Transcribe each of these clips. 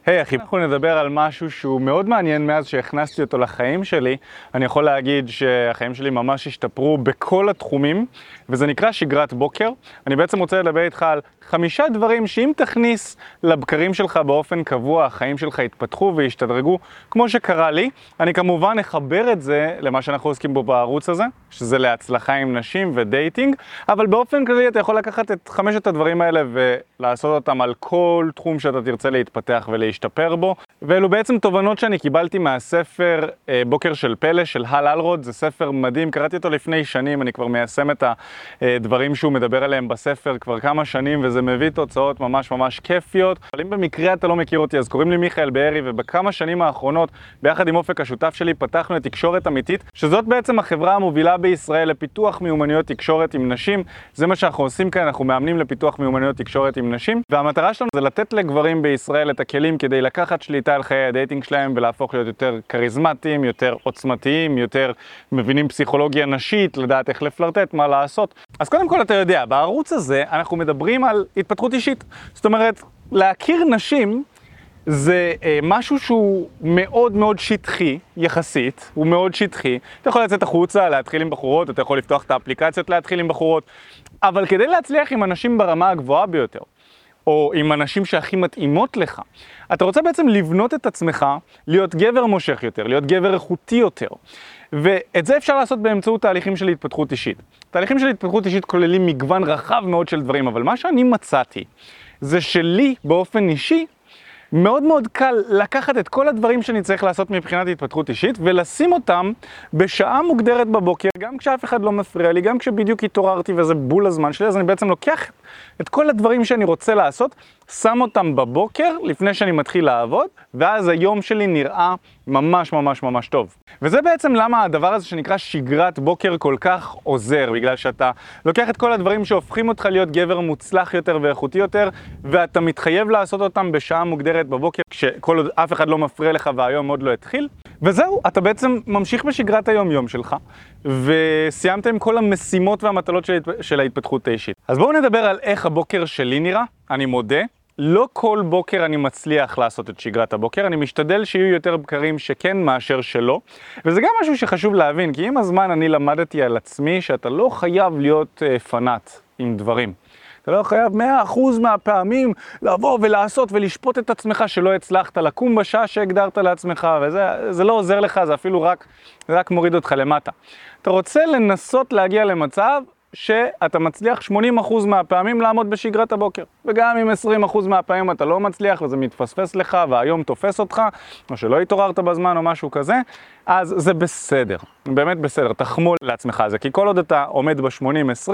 היי אחי, אנחנו נדבר על משהו שהוא מאוד מעניין מאז שהכנסתי אותו לחיים שלי. אני יכול להגיד שהחיים שלי ממש השתפרו בכל התחומים, וזה נקרא שגרת בוקר. אני בעצם רוצה לדבר איתך על 5 דברים שאם תכניס לבקרים שלך באופן קבוע, החיים שלך יתפתחו וישתדרגו, כמו שקרה לי. אני כמובן אחבר את זה למה שאנחנו עוסקים בו בערוץ הזה, שזה להצלחה עם נשים ודייטינג, אבל באופן כללי אתה יכול לקחת את 5 הדברים האלה ולעשות אותם על כל תחום שאתה תרצה להתפתח ולהשתפר בו. ואלו בעצם תובנות שאני קיבלתי מהספר בוקר של פלא של הל אלרוד. זה ספר מדהים, קראתי אותו לפני שנים, אני כבר מיישם את הדברים שהוא מדבר עליהם בספר כבר כמה שנים, וזה מביא תוצאות ממש ממש כיפיות. אבל אם במקרה אתה לא מכיר אותי, אז קוראים לי מיכאל בארי, ובכמה שנים האחרונות ביחד עם אופק השותף שלי פתחנו את תקשורת אמיתית, שזאת בעצם החברה המובילה בישראל לפיתוח מיומנויות תקשורת עם נשים. זה מה שאנחנו עושים כאן, אנחנו מאמנים לפיתוח מיומנויות תקשורת עם נשים, והמטרה שלנו זה לתת לגברים בישראל את הכלים כדי לקחת שליטה על חיי הדייטינג שלהם ולהפוך להיות יותר כריזמטיים, יותר עוצמתיים, יותר מבינים פסיכולוגיה נשית, לדעת איך לפלרטט, מה לעשות. אז קודם כל אתה יודע, בערוץ הזה אנחנו מדברים על התפתחות אישית. זאת אומרת, להכיר נשים זה משהו שהוא מאוד מאוד שטחי, יחסית, הוא מאוד שטחי. אתה יכול לצאת החוצה, להתחיל עם בחורות, אתה יכול לפתוח את האפליקציות להתחיל עם בחורות, אבל כדי להצליח עם אנשים ברמה הגבוהה ביותר, או עם אנשים שהכי מתאימות לך, אתה רוצה בעצם לבנות את עצמך, להיות גבר מושך יותר, להיות גבר איכותי יותר. ואת זה אפשר לעשות באמצעות תהליכים של התפתחות אישית. תהליכים של התפתחות אישית כוללים מגוון רחב מאוד של דברים, אבל מה שאני מצאתי זה שלי באופן אישי מאוד מאוד קל לקחת את כל הדברים שאני צריך לעשות מבחינת התפתחות אישית ולשים אותם בשעה מוגדרת בבוקר, גם כשאף אחד לא מפריע לי, גם כשבדיוק התעוררתי וזה בול הזמן שלי, אז אני בעצם לוקח את כל הדברים שאני רוצה לעשות, שם אותם בבוקר לפני שאני מתחיל לעבוד, ואז היום שלי נראה ממש ממש ממש טוב. וזה בעצם למה הדבר הזה שנקרא שגרת בוקר כל כך עוזר, בגלל שאתה לוקח את כל הדברים שהופכים אותך להיות גבר מוצלח יותר ואיכותי יותר, ואתה מתחייב לעשות אותם בשעה מוגדרת בבוקר, כשכל עוד אף אחד לא מפריע לך והיום עוד לא התחיל. וזהו, אתה בעצם ממשיך בשגרת היום-יום שלך, וסיימת עם כל המשימות והמטלות של ההתפתחות האישית. אז בואו נדבר על איך הבוקר שלי נראה. אני מודה, לא כל בוקר אני מצליח לעשות את שגרת הבוקר, אני משתדל שיהיו יותר בקרים שכן מאשר שלא, וזה גם משהו שחשוב להבין, כי עם הזמן אני למדתי על עצמי שאתה לא חייב להיות פנאט עם דברים. אתה לא חייב 100% מהפעמים לבוא ולעשות ולשפוט את עצמך שלא הצלחת לקום בשעה שהגדרת לעצמך, וזה לא עוזר לך, זה אפילו רק מוריד אותך למטה. אתה רוצה לנסות להגיע למצב שאתה מצליח 80% מהפעמים לעמוד בשגרת הבוקר. וגם אם 20% מהפעמים אתה לא מצליח וזה מתפספס לך והיום תופס אותך, או שלא התעוררת בזמן או משהו כזה, אז זה בסדר. באמת בסדר. תחמול לעצמך זה. כי כל עוד אתה עומד ב-80-20,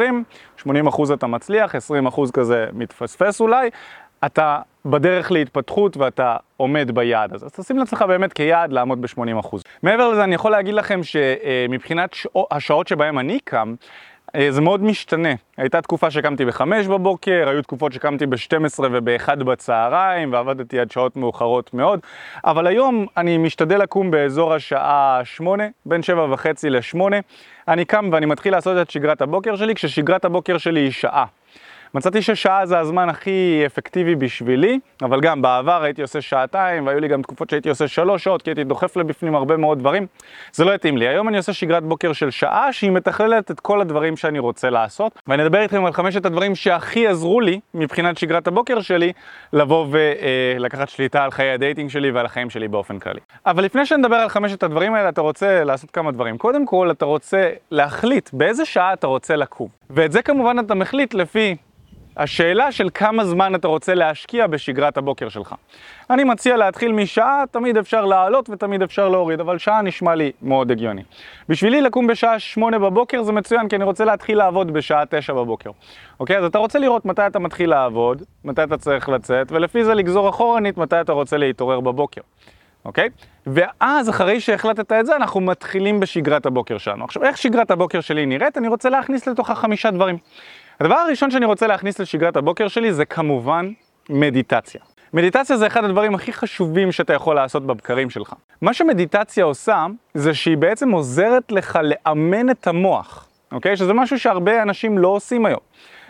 80% אתה מצליח, 20% כזה מתפספס אולי, אתה בדרך להתפתחות ואתה עומד ביעד הזה. אז תשים לעצמך באמת כיעד לעמוד ב-80%. מעבר לזה אני יכול להגיד לכם שמבחינת השעות שבהם אני קם, זה מאוד משתנה. הייתה תקופה שקמתי ב-5 בבוקר, היו תקופות שקמתי ב-12 וב-1 בצהריים, ועבדתי עד שעות מאוחרות מאוד. אבל היום אני משתדל לקום באזור השעה 8, בין 7:30 ל-8. אני קם ואני מתחיל לעשות את שגרת הבוקר שלי, כששגרת הבוקר שלי היא שעה. מצאתי ששעה זה הזמן הכי אפקטיבי בשבילי, אבל גם בעבר הייתי עושה 2 והיו לי גם תקופות שהייתי עושה 3 שעות, כי הייתי דוחף לבפנים הרבה מאוד דברים. זה לא התאים לי. היום אני עושה שגרת בוקר של שעה שהיא מתכללת את כל הדברים שאני רוצה לעשות, ואני אדבר איתכם על 5 הדברים שהכי עזרו לי מבחינת שגרת הבוקר שלי, לבוא ולקחת שליטה על חיי הדייטינג שלי ועל החיים שלי באופן כללי. אבל לפני שנדבר על 5 הדברים האלה, אתה רוצה לעשות כמה דברים. קודם כל, אתה רוצה להחליט באיזה שעה אתה רוצה לקום. ואת זה כמובן אתה מחליט לפי השאלה של כמה זמן אתה רוצה להשקיע בשגרת הבוקר שלך. אני מציע להתחיל משעה, תמיד אפשר לעלות ותמיד אפשר להוריד, אבל שעה נשמע לי מאוד הגיוני. בשבילי לקום בשעה 8 בבוקר זה מצוין, כי אני רוצה להתחיל לעבוד בשעה 9 בבוקר. אוקיי? אז אתה רוצה לראות מתי אתה מתחיל לעבוד, מתי אתה צריך לצאת, ולפי זה לגזור אחורנית מתי אתה רוצה להתעורר בבוקר. אוקיי? ואז אחרי שהחלטת את זה, אנחנו מתחילים בשגרת הבוקר שלנו. עכשיו, איך שגרת הבוקר שלי נראית? אני רוצה להכניס לתוכה 5 דברים. הדבר הראשון שאני רוצה להכניס לשגרת הבוקר שלי זה כמובן מדיטציה. מדיטציה זה אחד הדברים הכי חשובים שאתה יכול לעשות בבקרים שלך. מה שמדיטציה עושה זה שהיא בעצם עוזרת לך לאמן את המוח, אוקיי? שזה משהו שהרבה אנשים לא עושים היום.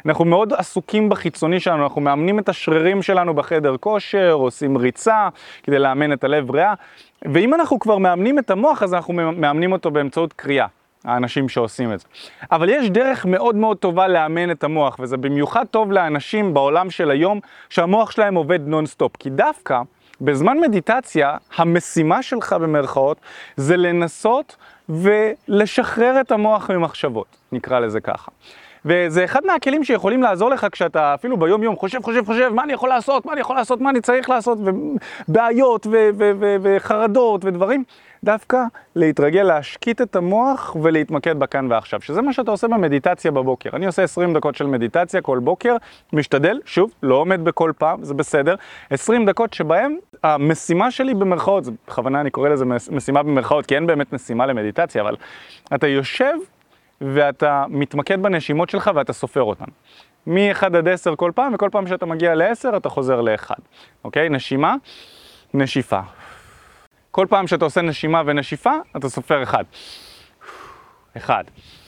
אנחנו מאוד עסוקים בחיצוני שלנו, אנחנו מאמנים את השרירים שלנו בחדר כושר, עושים ריצה כדי לאמן את הלב ריאה, ואם אנחנו כבר מאמנים את המוח, אז אנחנו מאמנים אותו באמצעות קריאה, האנשים שעושים את זה. אבל יש דרך מאוד מאוד טובה לאמן את המוח, וזה במיוחד טוב לאנשים בעולם של היום, שהמוח שלהם עובד נונסטופ, כי דווקא בזמן מדיטציה, המשימה שלך במרכאות, זה לנסות ולשחרר את המוח ממחשבות, נקרא לזה ככה. וזה אחד מהכלים שיכולים לעזור לך כשאתה אפילו ביום יום חושב, מה אני יכול לעשות, מה אני צריך לעשות, ובעיות וחרדות ודברים. דווקא להתרגל, להשקיט את המוח ולהתמקד בכאן ועכשיו, שזה מה שאתה עושה במדיטציה בבוקר. אני עושה 20 דקות של מדיטציה כל בוקר, משתדל, שוב, לא עומד בכל פעם, זה בסדר. 20 דקות שבהם המשימה שלי במרכאות, בכוונה אני קורא לזה משימה במרכאות, כי אין באמת משימה למדיטציה, אבל אתה יושב ואתה מתמקד בנשימות שלך ואתה סופר אותן. מ-1 עד 10 כל פעם, וכל פעם שאתה מגיע ל-10 אתה חוזר ל-1. אוקיי? נשימה, נשיפה. כל פעם שאתה עושה נשימה ונשיפה, אתה סופר 1. 1.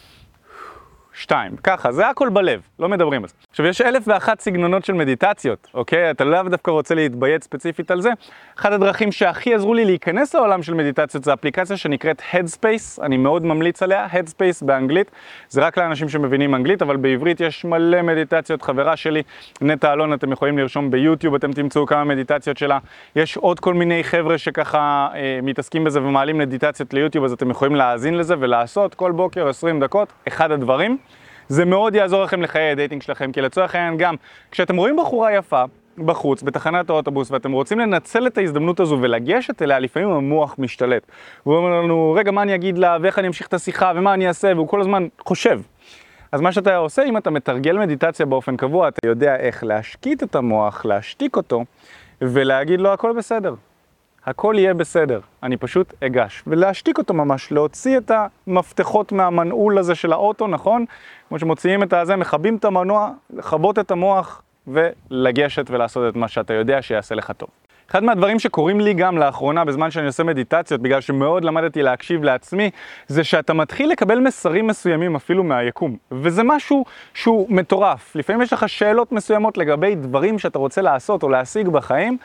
2. ככה, זה הכל בלב, לא מדברים על זה. עכשיו, יש 1001 סגנונות של מדיטציות, אוקיי? אתה לאו דווקא רוצה להתביית ספציפית על זה. אחד הדרכים שהכי עזרו לי להיכנס לעולם של מדיטציות זה אפליקציה שנקראת Headspace, אני מאוד ממליץ עליה, Headspace באנגלית, זה רק לאנשים שמבינים אנגלית, אבל בעברית יש מלא מדיטציות, חברה שלי, נטע אלון, אתם יכולים לרשום ביוטיוב, אתם תמצאו כמה מדיטציות שלה, יש עוד כל מיני חבר'ה שככה מתעסקים בזה ומעלים מדיטציות ליוטיוב, אז אתם יכולים להאזין לזה ולעשות כל בוקר 20 דקות, אחד הדברים. זה מאוד יעזור לכם לחיי הדייטינג שלכם, כי לצורך העניין גם, כשאתם רואים בחורה יפה בחוץ, בתחנת האוטובוס, ואתם רוצים לנצל את ההזדמנות הזו ולגשת אליה, לפעמים המוח משתלט. הוא אומר לנו, רגע, מה אני אגיד לה, ואיך אני אמשיך את השיחה, ומה אני אעשה, והוא כל הזמן חושב. אז מה שאתה עושה, אם אתה מתרגל מדיטציה באופן קבוע, אתה יודע איך להשקיט את המוח, להשתיק אותו, ולהגיד לו, הכל בסדר. הכל יהיה בסדר, אני פשוט אגש. ולהשתיק אותו ממש, להוציא את המפתחות מהמנעול הזה של האוטו, נכון? כמו שמוציאים את הזה, מכבים את המנוע, לכבות את המוח ולגשת ולעשות את מה שאתה יודע שיעשה לך טוב. אחד מהדברים שקורים לי גם לאחרונה בזמן שאני עושה מדיטציות, בגלל שמאוד למדתי להקשיב לעצמי, זה שאתה מתחיל לקבל מסרים מסוימים אפילו מהיקום. וזה משהו שהוא מטורף. לפעמים יש לך שאלות מסוימות לגבי דברים שאתה רוצה לעשות או להשיג בחיים,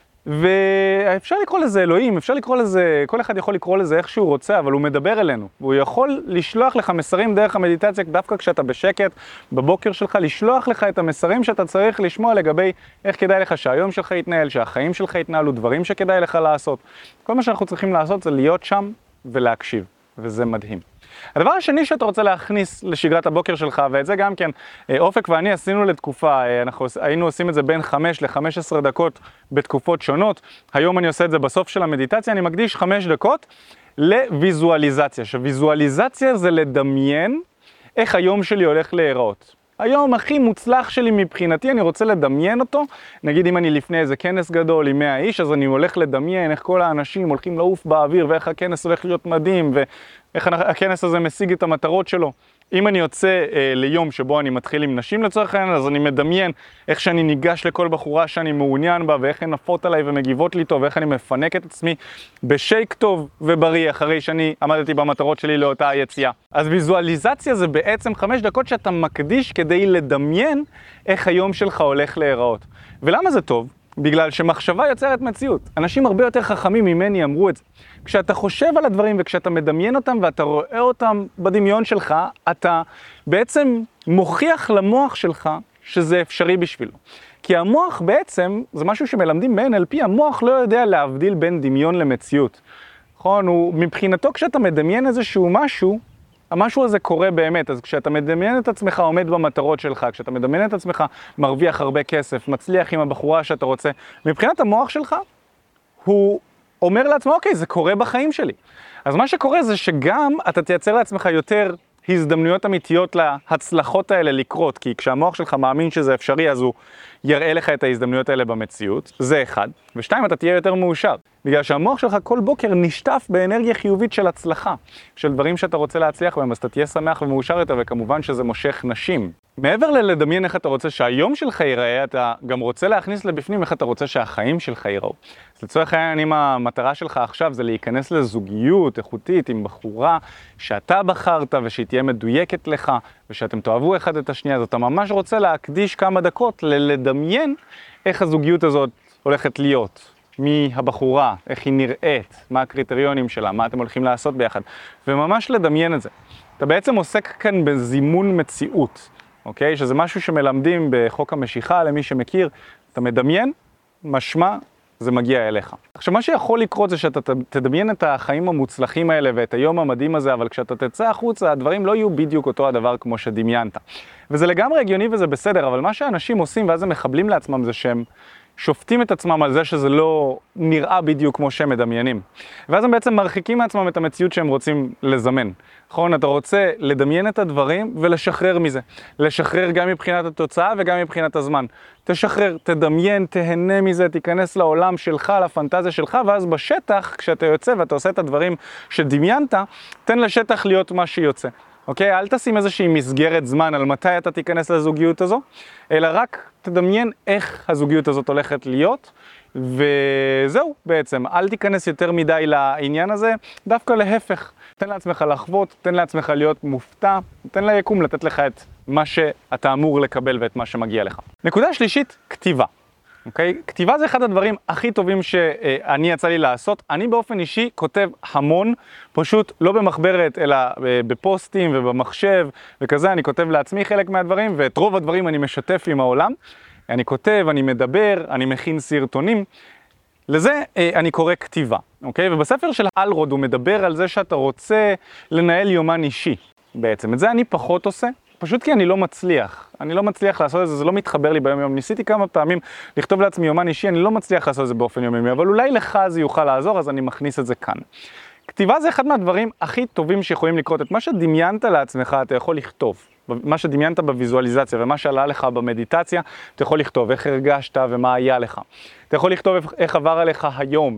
ואפשר לקרוא לזה אלוהים, אפשר לקרוא לזה, כל אחד יכול לקרוא לזה איך שהוא רוצה, אבל הוא מדבר אלינו. והוא יכול לשלוח לך מסרים דרך המדיטציה, דווקא כשאתה בשקט, בבוקר שלך, לשלוח לך את המסרים שאתה צריך לשמוע לגבי איך כדאי לך שהיום שלך יתנהל, שהחיים שלך יתנהלו, דברים שכדאי לך לעשות. כל מה שאנחנו צריכים לעשות זה להיות שם ולהקשיב, וזה מדהים. הדבר השני שאתה רוצה להכניס לשגרת הבוקר שלך, ואת זה גם כן, אופק ואני עשינו לתקופה, אנחנו היינו עושים את זה בין 5 ל-15 דקות בתקופות שונות, היום אני עושה את זה בסוף של המדיטציה, אני מקדיש 5 דקות לויזואליזציה, שוויזואליזציה זה לדמיין איך היום שלי הולך להיראות. היום הכי מוצלח שלי מבחינתי, אני רוצה לדמיין אותו, נגיד אם אני לפני איזה כנס גדול עם 100 איש, אז אני הולך לדמיין איך כל האנשים הולכים לעוף באוויר, ואיך הכנס הולך להיות מדהים, ואיך הכנס הזה משיג את המטרות שלו. אם אני יוצא ליום שבו אני מתחיל עם נשים לצורך העניין, אז אני מדמיין איך שאני ניגש לכל בחורה שאני מעוניין בה, ואיך הן נפות עליי ומגיבות לי טוב, ואיך אני מפנק את עצמי בשייק טוב ובריא, אחרי שאני עמדתי במטרות שלי לאותה היציאה. אז ויזואליזציה זה בעצם 5 דקות שאתה מקדיש כדי לדמיין איך היום שלך הולך להיראות. ולמה זה טוב? בגלל שמחשבה יוצרת מציאות. אנשים הרבה יותר חכמים ממני אמרו את זה. כשאתה חושב על הדברים וכשאתה מדמיין אותם ואתה רואה אותם בדמיון שלך, אתה בעצם מוכיח למוח שלך שזה אפשרי בשבילו. כי המוח בעצם, זה משהו שמלמדים ב-NLP, המוח לא יודע להבדיל בין דמיון למציאות. נכון? מבחינתו כשאתה מדמיין איזשהו משהו, המשהו הזה קורה באמת, אז כשאתה מדמיין את עצמך עומד במטרות שלך, כשאתה מדמיין את עצמך מרוויח הרבה כסף, מצליח עם הבחורה שאתה רוצה, מבחינת המוח שלך, הוא אומר לעצמו, אוקיי, זה קורה בחיים שלי. אז מה שקורה זה שגם אתה תייצר לעצמך יותר הזדמנויות אמיתיות להצלחות האלה לקרות, כי כשהמוח שלך מאמין שזה אפשרי, אז הוא יראה לך את ההזדמנויות האלה במציאות, זה אחד. ושתיים, אתה תהיה יותר מאושר. בגלל שהמוח שלך כל בוקר נשטף באנרגיה חיובית של הצלחה, של דברים שאתה רוצה להצליח בהם, אז אתה תהיה שמח ומאושר יותר, וכמובן שזה מושך נשים. מעבר ללדמיין איך אתה רוצה שהיום שלך ייראה, אתה גם רוצה להכניס לבפנים איך אתה רוצה שהחיים שלך ייראו. אז לצורך העניין, אם המטרה שלך עכשיו זה להיכנס לזוגיות איכותית עם בחורה שאתה בחרת ושהיא תהיה מדויקת לך ושאתם תאהבו אחד את השנייה, אז אתה ממש רוצה להקדיש כמה דקות לדמיין איך הזוגיות הזאת הולכת להיות. מי הבחורה, איך היא נראית, מה הקריטריונים שלה, מה אתם הולכים לעשות ביחד, וממש לדמיין את זה. אתה בעצם עוסק כאן בזימון מציאות, אוקיי? שזה משהו שמלמדים בחוק המשיכה, למי שמכיר, אתה מדמיין, משמע, זה מגיע אליך. עכשיו, מה שיכול לקרות זה שאתה תדמיין את החיים המוצלחים האלה ואת היום המדהים הזה, אבל כשאתה תצא החוצה, הדברים לא יהיו בדיוק אותו הדבר כמו שדמיינת. וזה לגמרי הגיוני וזה בסדר, אבל מה שאנשים עושים ואז הם מחבלים לעצמם זה שהם שופטים את עצמם על זה שזה לא נראה בדיוק כמו שהם מדמיינים. ואז הם בעצם מרחיקים מעצמם את המציאות שהם רוצים לזמן. נכון? אתה רוצה לדמיין את הדברים ולשחרר מזה. לשחרר גם מבחינת התוצאה וגם מבחינת הזמן. תשחרר, תדמיין, תהנה מזה, תיכנס לעולם שלך, לפנטזיה שלך, ואז בשטח, כשאתה יוצא ואתה עושה את הדברים שדמיינת, תן לשטח להיות מה שיוצא. אוקיי? אל תשים איזושהי מסגרת זמן על מתי אתה תיכנס לזוגיות הזו, אלא רק תדמיין איך הזוגיות הזאת הולכת להיות, וזהו בעצם. אל תיכנס יותר מדי לעניין הזה, דווקא להפך. תן לעצמך לחוות, תן לעצמך להיות מופתע, תן ליקום לתת לך את מה שאתה אמור לקבל ואת מה שמגיע לך. נקודה שלישית, כתיבה. אוקיי? כתיבה זה אחד הדברים הכי טובים שאני יצא לי לעשות. אני באופן אישי כותב המון, פשוט לא במחברת, אלא בפוסטים ובמחשב וכזה. אני כותב לעצמי חלק מהדברים, ואת רוב הדברים אני משתף עם העולם. אני כותב, אני מדבר, אני מכין סרטונים. לזה אני קורא כתיבה, אוקיי? ובספר של אלרוד הוא מדבר על זה שאתה רוצה לנהל יומן אישי בעצם. את זה אני פחות עושה. פשוט כי אני לא מצליח. אני לא מצליח לעשות את זה, זה לא מתחבר לי ביום יום. ניסיתי כמה פעמים לכתוב לעצמי יומן אישי, אני לא מצליח לעשות את זה באופן יומיומי, אבל אולי לך זה יוכל לעזור, אז אני מכניס את זה כאן. כתיבה זה אחד מהדברים הכי טובים שיכולים לקרות. את מה שדמיינת לעצמך, אתה יכול לכתוב. מה שדמיינת בוויזואליזציה ומה שעלה לך במדיטציה, אתה יכול לכתוב איך הרגשת ומה היה לך. אתה יכול לכתוב איך עבר עליך היום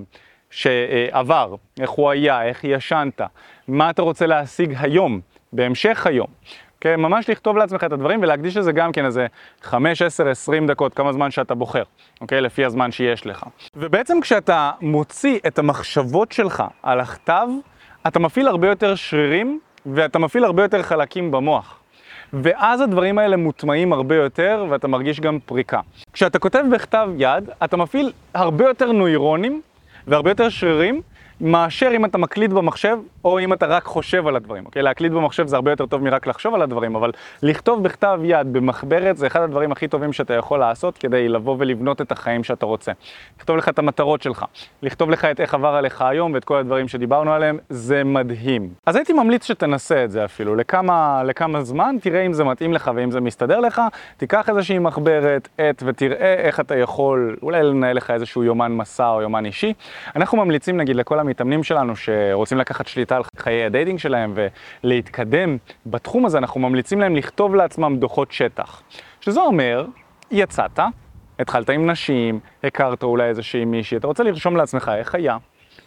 שעבר, איך הוא היה, איך ישנת, מה אתה רוצה להשיג היום, בהמשך היום. Okay, ממש לכתוב לעצמך את הדברים ולהקדיש לזה גם כן איזה 5, 10, 20 דקות, כמה זמן שאתה בוחר, okay, לפי הזמן שיש לך. ובעצם כשאתה מוציא את המחשבות שלך על הכתב, אתה מפעיל הרבה יותר שרירים ואתה מפעיל הרבה יותר חלקים במוח. ואז הדברים האלה מוטמעים הרבה יותר ואתה מרגיש גם פריקה. כשאתה כותב בכתב יד, אתה מפעיל הרבה יותר נוירונים והרבה יותר שרירים, מאשר אם אתה מקליד במחשב, או אם אתה רק חושב על הדברים, אוקיי? להקליד במחשב זה הרבה יותר טוב מרק לחשוב על הדברים, אבל לכתוב בכתב יד, במחברת, זה אחד הדברים הכי טובים שאתה יכול לעשות כדי לבוא ולבנות את החיים שאתה רוצה. לכתוב לך את המטרות שלך, לכתוב לך את איך עבר עליך היום ואת כל הדברים שדיברנו עליהם, זה מדהים. אז הייתי ממליץ שתנסה את זה אפילו, לכמה זמן, תראה אם זה מתאים לך ואם זה מסתדר לך, תיקח איזושהי מחברת, ותראה איך אתה יכול, אולי לנהל לך איזשהו יומן מסע או יומן אישי. אנחנו ממליצים נגיד לכל המתאמנים שלנו שרוצים לקחת שליטה על חיי הדייטינג שלהם ולהתקדם בתחום הזה, אנחנו ממליצים להם לכתוב לעצמם דוחות שטח. שזה אומר, יצאת, התחלת עם נשים, הכרת אולי איזושהי מישהי, אתה רוצה לרשום לעצמך איך היה,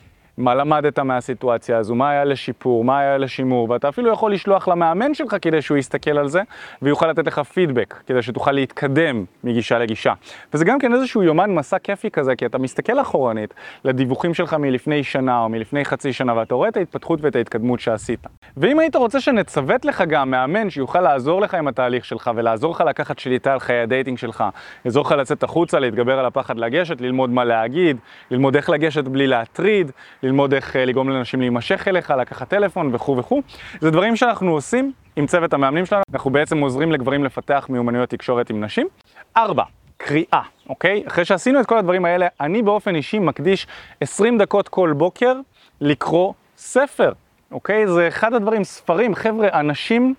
מה למדת מהסיטואציה הזו, מה היה לשיפור, מה היה לשימור, ואתה אפילו יכול לשלוח למאמן שלך כדי שהוא יסתכל על זה, ויוכל לתת לך פידבק, כדי שתוכל להתקדם מגישה לגישה. וזה גם כן איזשהו יומן מסע כיפי כזה, כי אתה מסתכל אחורנית לדיווחים שלך מלפני שנה או מלפני חצי שנה, ואתה רואה את ההתפתחות ואת ההתקדמות שעשית. ואם היית רוצה שנצוות לך גם מאמן שיוכל לעזור לך עם התהליך שלך, ולעזור לך לקחת שליטה על חיי הדייטינג שלך, לעזור לך לצאת החוצה, להתגבר על הפחד לגשת, ללמוד מה להגיד, ללמוד איך לגשת בלי להטריד, ללמוד איך לגרום לאנשים להימשך אליך, לקחת טלפון וכו' וכו'. זה דברים שאנחנו עושים עם צוות המאמנים שלנו. אנחנו בעצם עוזרים לגברים לפתח מיומנויות תקשורת עם נשים. 4. קריאה, אוקיי? אחרי שעשינו את כל הדברים האלה, אני באופן אישי מקדיש 20 דקות כל בוקר לקרוא ספר, אוקיי? זה אחד הדברים, ספרים, חבר'ה, אנשים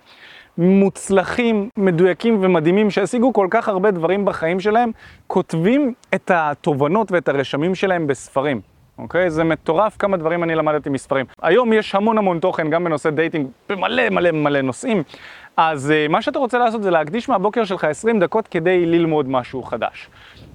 מוצלחים, מדויקים ומדהימים שהשיגו כל כך הרבה דברים בחיים שלהם, כותבים את התובנות ואת הרשמים שלהם בספרים. אוקיי? זה מטורף כמה דברים אני למדתי מספרים. היום יש המון תוכן גם בנושא דייטינג במלא נושאים. אז מה שאתה רוצה לעשות זה להקדיש מהבוקר שלך 20 דקות כדי ללמוד משהו חדש.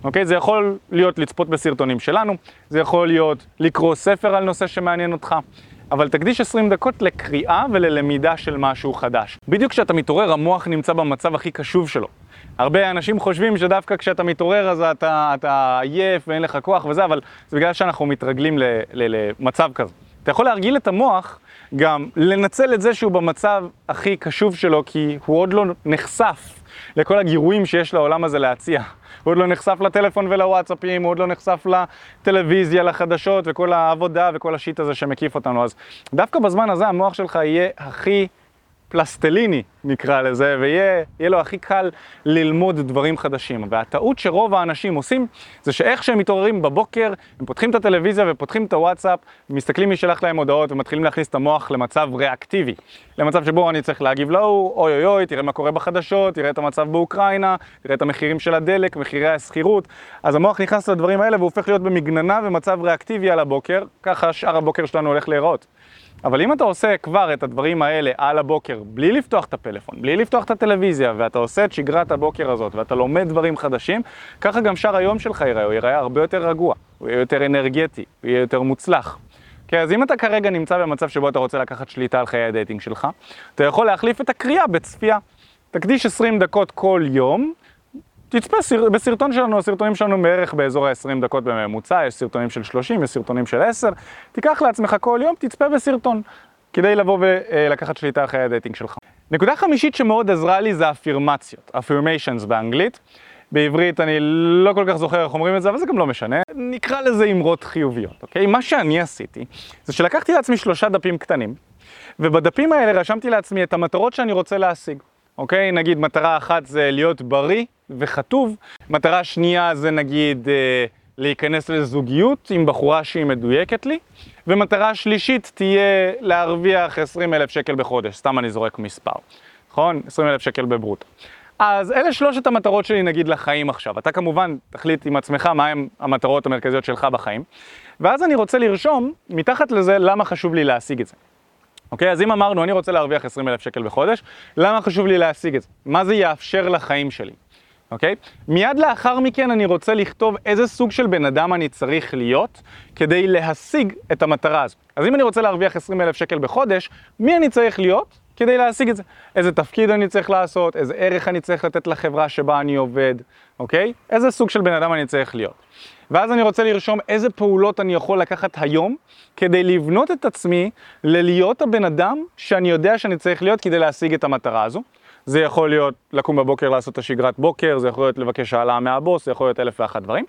אוקיי? זה יכול להיות לצפות בסרטונים שלנו, זה יכול להיות לקרוא ספר על נושא שמעניין אותך, אבל תקדיש 20 דקות לקריאה וללמידה של משהו חדש. בדיוק כשאתה מתעורר, המוח נמצא במצב הכי קשוב שלו. הרבה אנשים חושבים שדווקא כשאתה מתעורר אז אתה עייף ואין לך כוח וזה, אבל זה בגלל שאנחנו מתרגלים למצב כזה. אתה יכול להרגיל את המוח גם לנצל את זה שהוא במצב הכי קשוב שלו, כי הוא עוד לא נחשף לכל הגירויים שיש לעולם הזה להציע. הוא עוד לא נחשף לטלפון ולוואטסאפים, הוא עוד לא נחשף לטלוויזיה, לחדשות וכל העבודה וכל השיט הזה שמקיף אותנו. אז דווקא בזמן הזה המוח שלך יהיה הכי פלסטליני, נקרא לזה, ויהיה לו הכי קל ללמוד דברים חדשים. והטעות שרוב האנשים עושים, זה שאיך שהם מתעוררים בבוקר, הם פותחים את הטלוויזיה ופותחים את הוואטסאפ, מסתכלים מי שלח להם הודעות ומתחילים להכניס את המוח למצב ריאקטיבי. למצב שבו אני צריך להגיב לו, אוי אוי אוי, תראה מה קורה בחדשות, תראה את המצב באוקראינה, תראה את המחירים של הדלק, מחירי השכירות. אז המוח נכנס לדברים האלה והוא הופך להיות במגננה ומצב ריאקטיבי על הבוקר, ככה שאר הבוקר שלנו הולך להיראות. אבל אם אתה עושה כבר את הדברים האלה על הבוקר, בלי לפתוח את הפלאפון, בלי לפתוח את הטלוויזיה, ואתה עושה את שגרת הבוקר הזאת, ואתה לומד דברים חדשים, ככה גם שאר היום שלך ייראה, הוא ייראה הרבה יותר רגוע, הוא יהיה יותר אנרגטי, הוא יהיה יותר מוצלח. כי אז אם אתה כרגע נמצא במצב שבו אתה רוצה לקחת שליטה על חיי הדייטינג שלך, אתה יכול להחליף את הקריאה בצפייה. תקדיש 20 דקות כל יום, תצפה בסרטון שלנו, הסרטונים שלנו בערך באזור ה-20 דקות בממוצע, יש סרטונים של 30, יש סרטונים של 10, תיקח לעצמך כל יום, תצפה בסרטון, כדי לבוא ולקחת שליטה על חיי הדייטינג שלך. נקודה חמישית שמאוד עזרה לי זה אפירמציות, affirmations באנגלית. בעברית אני לא כל כך זוכר איך אומרים את זה, אבל זה גם לא משנה. נקרא לזה אמרות חיוביות, אוקיי? מה שאני עשיתי, זה שלקחתי לעצמי 3 דפים קטנים, ובדפים האלה רשמתי לעצמי את המטרות שאני רוצה להשיג. אוקיי? נגיד מטרה אחת זה להיות בריא וחטוב, מטרה שנייה זה נגיד להיכנס לזוגיות עם בחורה שהיא מדויקת לי, ומטרה שלישית תהיה להרוויח 20,000 שקל בחודש, סתם אני זורק מספר, נכון? 20,000 שקל בברוטו. אז אלה 3 המטרות שלי נגיד לחיים עכשיו. אתה כמובן תחליט עם עצמך מהם המטרות המרכזיות שלך בחיים, ואז אני רוצה לרשום מתחת לזה למה חשוב לי להשיג את זה. אוקיי, אז אם אמרנו, אני רוצה להרוויח 20,000 שקל בחודש, למה חשוב לי להשיג את זה? מה זה יאפשר לחיים שלי? אוקיי? מיד לאחר מכן אני רוצה לכתוב איזה סוג של בן אדם אני צריך להיות כדי להשיג את המטרה הזו. אז אם אני רוצה להרוויח 20,000 שקל בחודש, מי אני צריך להיות כדי להשיג את זה? איזה תפקיד אני צריך לעשות, איזה ערך אני צריך לתת לחברה שבה אני עובד, אוקיי? איזה סוג של בן אדם אני צריך להיות. ואז אני רוצה לרשום איזה פעולות אני יכול לקחת היום כדי לבנות את עצמי ללהיות הבן אדם שאני יודע שאני צריך להיות כדי להשיג את המטרה הזו. זה יכול להיות לקום בבוקר לעשות את השגרת בוקר, זה יכול להיות לבקש העלאה מהבוס, זה יכול להיות 1,001 דברים.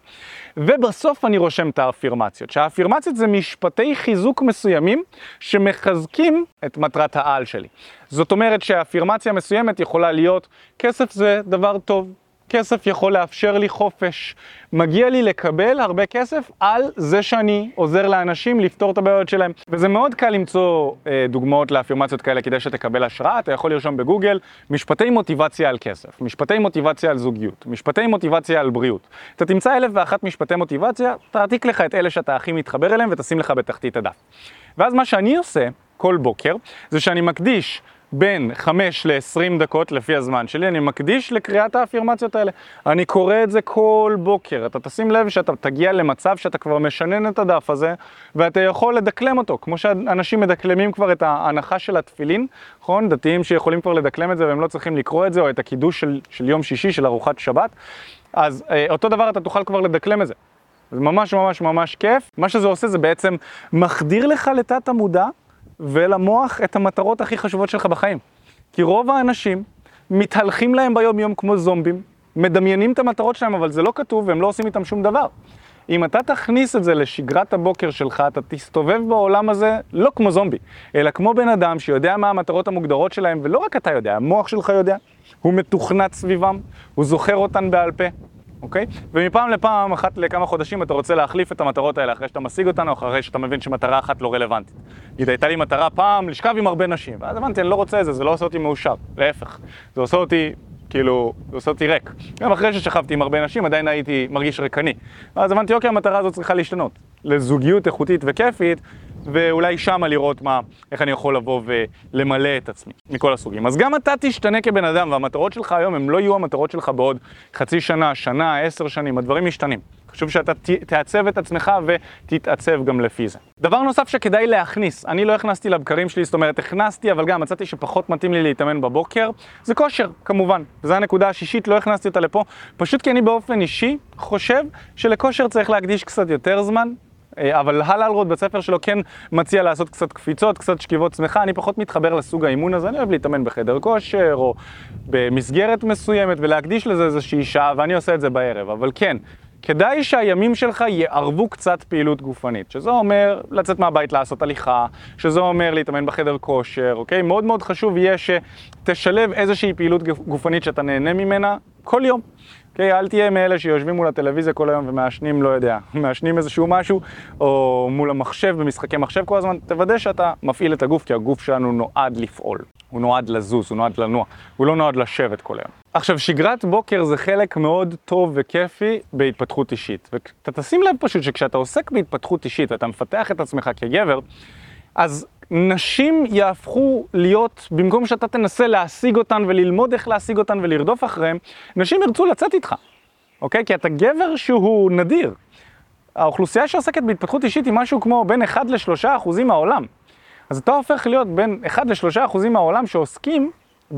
ובסוף אני רושם את האפירמציות, שהאפירמציות זה משפטי חיזוק מסוימים שמחזקים את מטרת העל שלי. זאת אומרת שהאפירמציה מסוימת יכולה להיות כסף זה דבר טוב, כסף יכול לאפשר לי חופש, מגיע לי לקבל הרבה כסף על זה שאני עוזר לאנשים לפתור את הבעיות שלהם. וזה מאוד קל למצוא דוגמאות לאפירמציות כאלה כדי שתקבל השראה. אתה יכול לרשום בגוגל משפטי מוטיבציה על כסף, משפטי מוטיבציה על זוגיות, משפטי מוטיבציה על בריאות. אתה תמצא 1,001 משפטי מוטיבציה, תעתיק לך את אלה שאתה הכי מתחבר אליהם ותשים לך בתחתית הדף. ואז מה שאני עושה כל בוקר זה שאני מקדיש בין 5 ל-20 דקות לפי הזמן שלי, אני מקדיש לקריאת האפירמציות האלה. אני קורא את זה כל בוקר. אתה תשים לב שאתה תגיע למצב שאתה כבר משנן את הדף הזה, ואתה יכול לדקלם אותו, כמו שאנשים מדקלמים כבר את ההנחה של התפילין, נכון? דתיים שיכולים כבר לדקלם את זה והם לא צריכים לקרוא את זה, או את הקידוש של יום שישי, של ארוחת שבת. אז אותו דבר אתה תוכל כבר לדקלם את זה. זה ממש ממש ממש כיף. מה שזה עושה זה בעצם מחדיר לך לתת המודע, ולמוח את המטרות הכי חשובות שלך בחיים. כי רוב האנשים מתהלכים להם ביום יום כמו זומבים, מדמיינים את המטרות שלהם, אבל זה לא כתוב והם לא עושים איתם שום דבר. אם אתה תכניס את זה לשגרת הבוקר שלך, אתה תסתובב בעולם הזה לא כמו זומבי, אלא כמו בן אדם שיודע מה המטרות המוגדרות שלהם, ולא רק אתה יודע, המוח שלך יודע, הוא מתוכנת סביבם, הוא זוכר אותן בעל פה. אוקיי? ומפעם לפעם, אחת לכמה חודשים, אתה רוצה להחליף את המטרות האלה אחרי שאתה משיג אותנו, אחרי שאתה מבין שמטרה אחת לא רלוונטית. הייתה לי מטרה פעם לשכב עם הרבה נשים, ואז הבנתי, אני לא רוצה את זה, זה לא עושה אותי מאושר, להפך. זה עושה אותי, כאילו, זה עושה אותי ריק. גם אחרי ששכבתי עם הרבה נשים, עדיין הייתי מרגיש ריקני. ואז הבנתי, אוקיי, המטרה הזאת צריכה להשתנות. לזוגיות איכותית וכיפית, ואולי שמה לראות איך אני יכול לבוא ולמלא את עצמי, מכל הסוגים. אז גם אתה תשתנה כבן אדם, והמטרות שלך היום הם לא יהיו המטרות שלך בעוד חצי שנה, שנה, 10 שנים, הדברים משתנים. חשוב שאתה תעצב את עצמך ותתעצב גם לפי זה. דבר נוסף שכדאי להכניס, אני לא הכנסתי לבקרים שלי, זאת אומרת, הכנסתי, אבל גם מצאתי שפחות מתאים לי להתאמן בבוקר, זה כושר, כמובן. וזו הנקודה השישית, לא הכנסתי אותה לפה, פשוט כי אני באופן אישי חושב שלכושר צריך להקדיש קצת יותר זמן, אבל הללרוד בספר שלו כן מציע לעשות קצת קפיצות, קצת שכיבות צמחה, אני פחות מתחבר לסוג האימון הזה, אני אוהב להתאמן בחדר כושר או במסגרת מסוימת ולהקדיש לזה איזושהי שעה, ואני עושה את זה בערב, אבל כן, כדאי שהימים שלך יערבו קצת פעילות גופנית, שזה אומר לצאת מהבית לעשות הליכה, שזה אומר להתאמן בחדר כושר, אוקיי? מאוד מאוד חשוב יהיה שתשלב איזושהי פעילות גופנית שאתה נהנה ממנה כל יום. אוקיי? אל תהיה מאלה שיושבים מול הטלוויזיה כל היום ומעשנים, לא יודע, מעשנים איזשהו משהו, או מול המחשב, במשחקי מחשב כל הזמן, תוודא שאתה מפעיל את הגוף, כי הגוף שלנו נועד לפעול. הוא נועד לזוז, הוא נועד לנוע, הוא לא נועד לשבת כל היום. עכשיו, שגרת בוקר זה חלק מאוד טוב וכיפי בהתפתחות אישית. ואתה תשים לב פשוט שכשאתה עוסק בהתפתחות אישית ואתה מפתח את עצמך כגבר, אז נשים יהפכו להיות, במקום שאתה תנסה להשיג אותן וללמוד איך להשיג אותן ולרדוף אחריהן, נשים ירצו לצאת איתך, אוקיי? כי אתה גבר שהוא נדיר. האוכלוסייה שעוסקת בהתפתחות אישית היא משהו כמו בין 1 ל-3% מהעולם. אז אתה הופך להיות בין 1 ל-3% מהעולם שעוסקים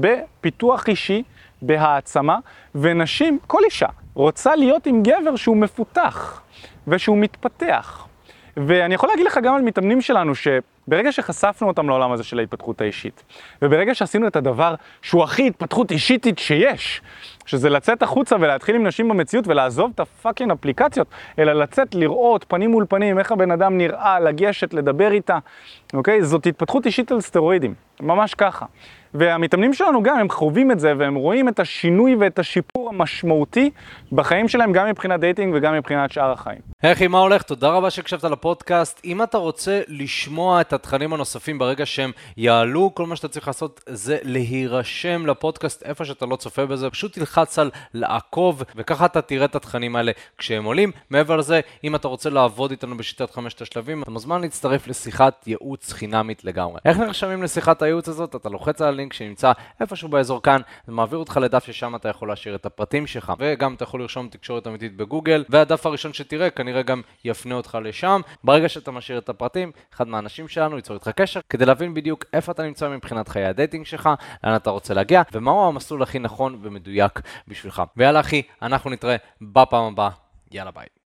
בפיתוח אישי, בהעצמה, ונשים, כל אישה, רוצה להיות עם גבר שהוא מפותח ושהוא מתפתח. ואני יכול להגיד לך גם על מתאמנים שלנו שברגע שחשפנו אותם לעולם הזה של ההתפתחות האישית, וברגע שעשינו את הדבר שהוא הכי התפתחות אישיתית שיש, שזה לצאת החוצה ולהתחיל עם נשים במציאות ולעזוב את הפאקינג אפליקציות, אלא לצאת לראות פנים מול פנים, איך הבן אדם נראה, לגשת, לדבר איתה, אוקיי? זאת התפתחות אישית על סטרואידים, ממש ככה. והמתאמנים שלנו גם, הם חווים את זה, והם רואים את השינוי ואת השיפור המשמעותי בחיים שלהם, גם מבחינת דייטינג וגם מבחינת שאר החיים. אחי, מה הולך? תודה רבה שהקשבת לפודקאסט. אם אתה רוצה לשמוע את התכנים הנוספים ברגע שהם יעלו, כל מה שאתה צריך לעשות זה להירשם לפודקאסט איפה שאתה לא צופה בזה, פשוט תלחץ על לעקוב, וככה אתה תראה את התכנים האלה כשהם עולים. מעבר לזה, אם אתה רוצה לעבוד איתנו בשיטת 5 השלבים, אתה מוזמן להצטרף לשיחת ייעוץ חינמית לגמרי. איך נרשמים לשיחת הייעוץ הזאת? אתה לוחץ על הלינק שנמצא איפשהו באזור כאן, זה מעביר אותך לדף ששם אתה יכול להשאיר את הפרטים שלך, וגם אתה יכול לרשום תקשורת אמיתית בגוגל, והדף הראשון שתראה כנראה גם יפנה אותך לשם. ברגע שאתה משאיר את הפרטים, אחד מהאנשים שלנו ייצור איתך קשר, כדי להבין בדיוק איפה אתה נמצא מבחינת חיי הדייטינג שלך, לאן אתה רוצה להגיע, ומהו המסלול הכי נכון ומדויק בשבילך. ויאללה אחי, אנחנו נתראה בפעם הבאה. יאללה ביי.